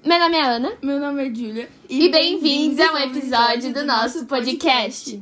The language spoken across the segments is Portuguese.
Meu nome é Ana. Meu nome é Júlia. E bem-vindos a um episódio do nosso podcast.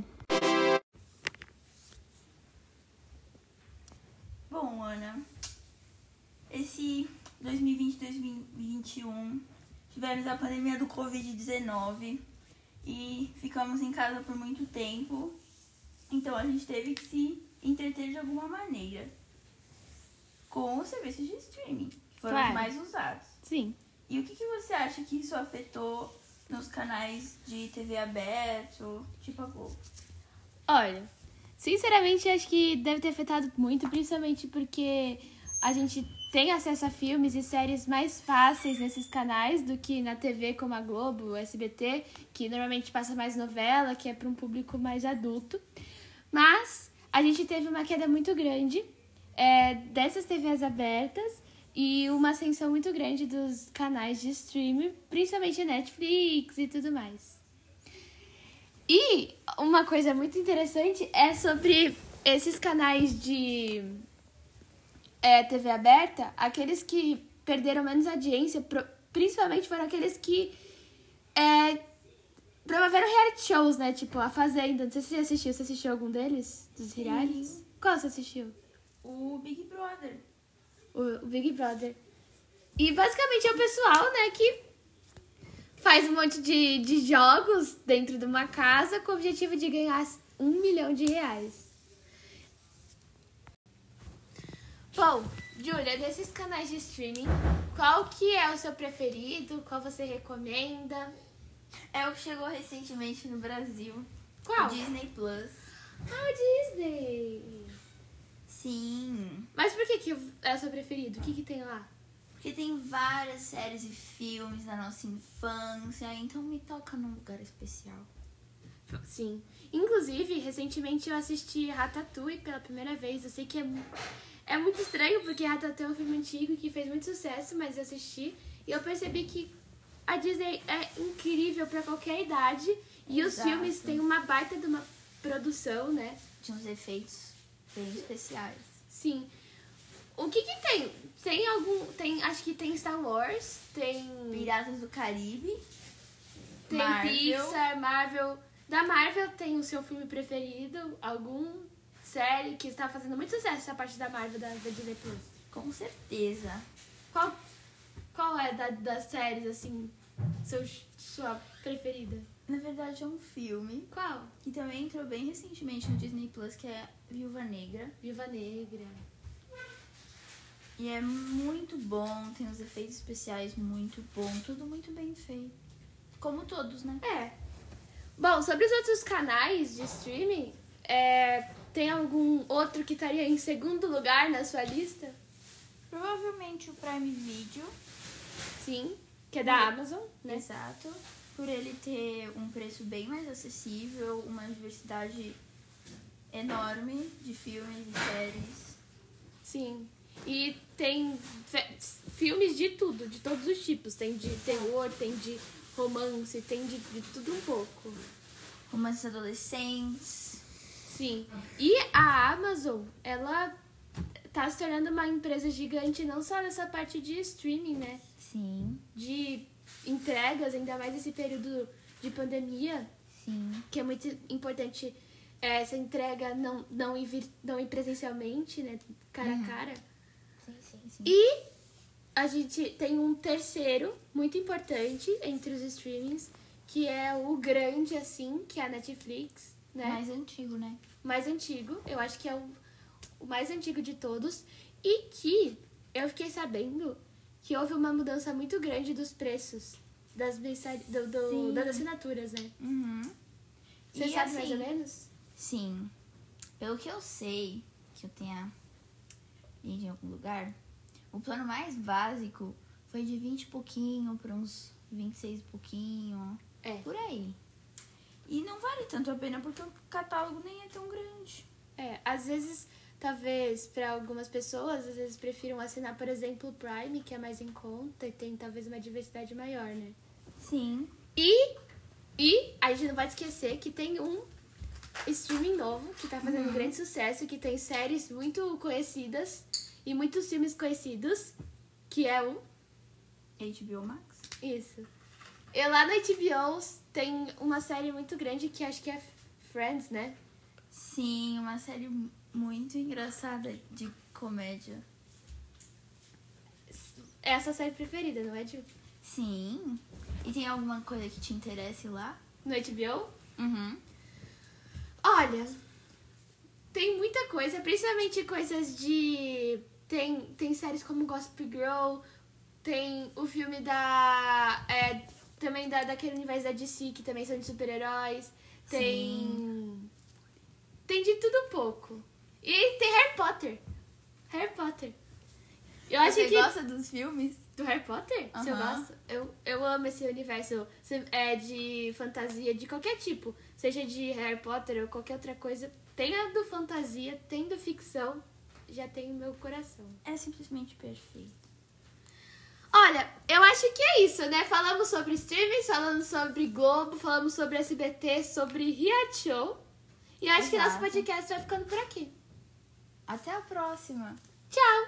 Bom, Ana, esse 2020-2021 tivemos a pandemia do Covid-19 e ficamos em casa por muito tempo. Então a gente teve que se entreter de alguma maneira com os serviços de streaming, que foram os mais usados. Sim. E o que você acha que isso afetou nos canais de TV aberto, tipo a Globo? Olha, sinceramente, acho que deve ter afetado muito, principalmente porque a gente tem acesso a filmes e séries mais fáceis nesses canais do que na TV como a Globo, o SBT, que normalmente passa mais novela, que é para um público mais adulto. Mas a gente teve uma queda muito grande dessas TVs abertas e uma ascensão muito grande dos canais de streaming, principalmente Netflix e tudo mais. E uma coisa muito interessante é sobre esses canais de TV aberta, aqueles que perderam menos audiência, principalmente foram aqueles que promoveram reality shows, né? Tipo, A Fazenda. Não sei se você assistiu. Você assistiu algum deles? Dos realities? Qual você assistiu? O Big Brother. O Big Brother. E basicamente é o pessoal, né, que faz um monte de jogos dentro de uma casa com o objetivo de ganhar R$1 milhão. Bom, Júlia, desses canais de streaming, qual que é o seu preferido? Qual você recomenda? É o que chegou recentemente no Brasil. Qual? O Disney Plus. Ah, o Disney! Sim. Mas por que é o seu preferido? O que tem lá? Porque tem várias séries e filmes da nossa infância, então me toca num lugar especial. Sim. Inclusive, recentemente eu assisti Ratatouille pela primeira vez. Eu sei que é muito estranho, porque Ratatouille é um filme antigo que fez muito sucesso, mas eu assisti e eu percebi que a Disney é incrível pra qualquer idade. E Exato. Os filmes têm uma baita de uma produção, né? Tinha uns efeitos bem especiais. Sim. O que tem? Acho que tem Star Wars, tem Piratas do Caribe. tem Marvel. Pixar, Marvel. Da Marvel tem o seu filme preferido? Algum série que está fazendo muito sucesso essa parte da Marvel da Disney Plus? Com certeza. Qual é das séries, assim, sua preferida? Na verdade é um filme Qual? que também entrou bem recentemente no Disney Plus, que é Viúva Negra. Viúva Negra. E é muito bom, tem os efeitos especiais muito bom, tudo muito bem feito. Como todos, né? Bom, sobre os outros canais de streaming, tem algum outro que estaria em segundo lugar na sua lista? Provavelmente o Prime Video. Sim, que é da Amazon, né? Exato. Por ele ter um preço bem mais acessível, uma diversidade enorme de filmes e séries. Sim. E tem filmes de tudo, de todos os tipos. Tem de terror, tem de romance, tem de tudo um pouco. Romances adolescentes. Sim. E a Amazon, ela tá se tornando uma empresa gigante, não só nessa parte de streaming, né? Sim. De entregas, ainda mais nesse período de pandemia. Sim. Que é muito importante essa entrega não ir presencialmente, né? Cara a cara. Sim. E a gente tem um terceiro muito importante entre os streamings, que é o grande, assim, que é a Netflix, né? Mais antigo, né? Mais antigo, eu acho que é o mais antigo de todos. E que eu fiquei sabendo que houve uma mudança muito grande dos preços das assinaturas, né? Uhum. Você E sabe assim, mais ou menos? Sim. Pelo que eu sei, que eu tenha lido em algum lugar, o plano mais básico foi de 20 e pouquinho para uns 26 e pouquinho. Por aí. E não vale tanto a pena porque o catálogo nem é tão grande. Às vezes, talvez, para algumas pessoas, às vezes prefiram assinar, por exemplo, o Prime, que é mais em conta e tem talvez uma diversidade maior, né? Sim. E a gente não pode esquecer que tem um streaming novo que tá fazendo grande sucesso, que tem séries muito conhecidas e muitos filmes conhecidos, que é o HBO Max. Isso. E lá no HBO tem uma série muito grande que acho que é Friends, né? Sim, uma série muito engraçada de comédia. É essa série preferida, não é, Ju? Sim. E tem alguma coisa que te interesse lá? No HBO? Uhum. Olha, tem muita coisa, principalmente coisas de... Tem séries como Gossip Girl, tem o filme também daquele universo da DC, que também são de super-heróis. Tem de tudo um pouco. E tem Harry Potter. Harry Potter. Você gosta dos filmes? Do Harry Potter? Uhum. Se eu gosto. Eu amo esse universo de fantasia de qualquer tipo. Seja de Harry Potter ou qualquer outra coisa. Tem a do fantasia, tem do ficção. Já tem o meu coração. É simplesmente perfeito. Olha, eu acho que é isso, né? Falamos sobre streaming, falamos sobre Globo, falamos sobre SBT, sobre reality show. E eu acho que nosso podcast vai ficando por aqui. Até a próxima. Tchau!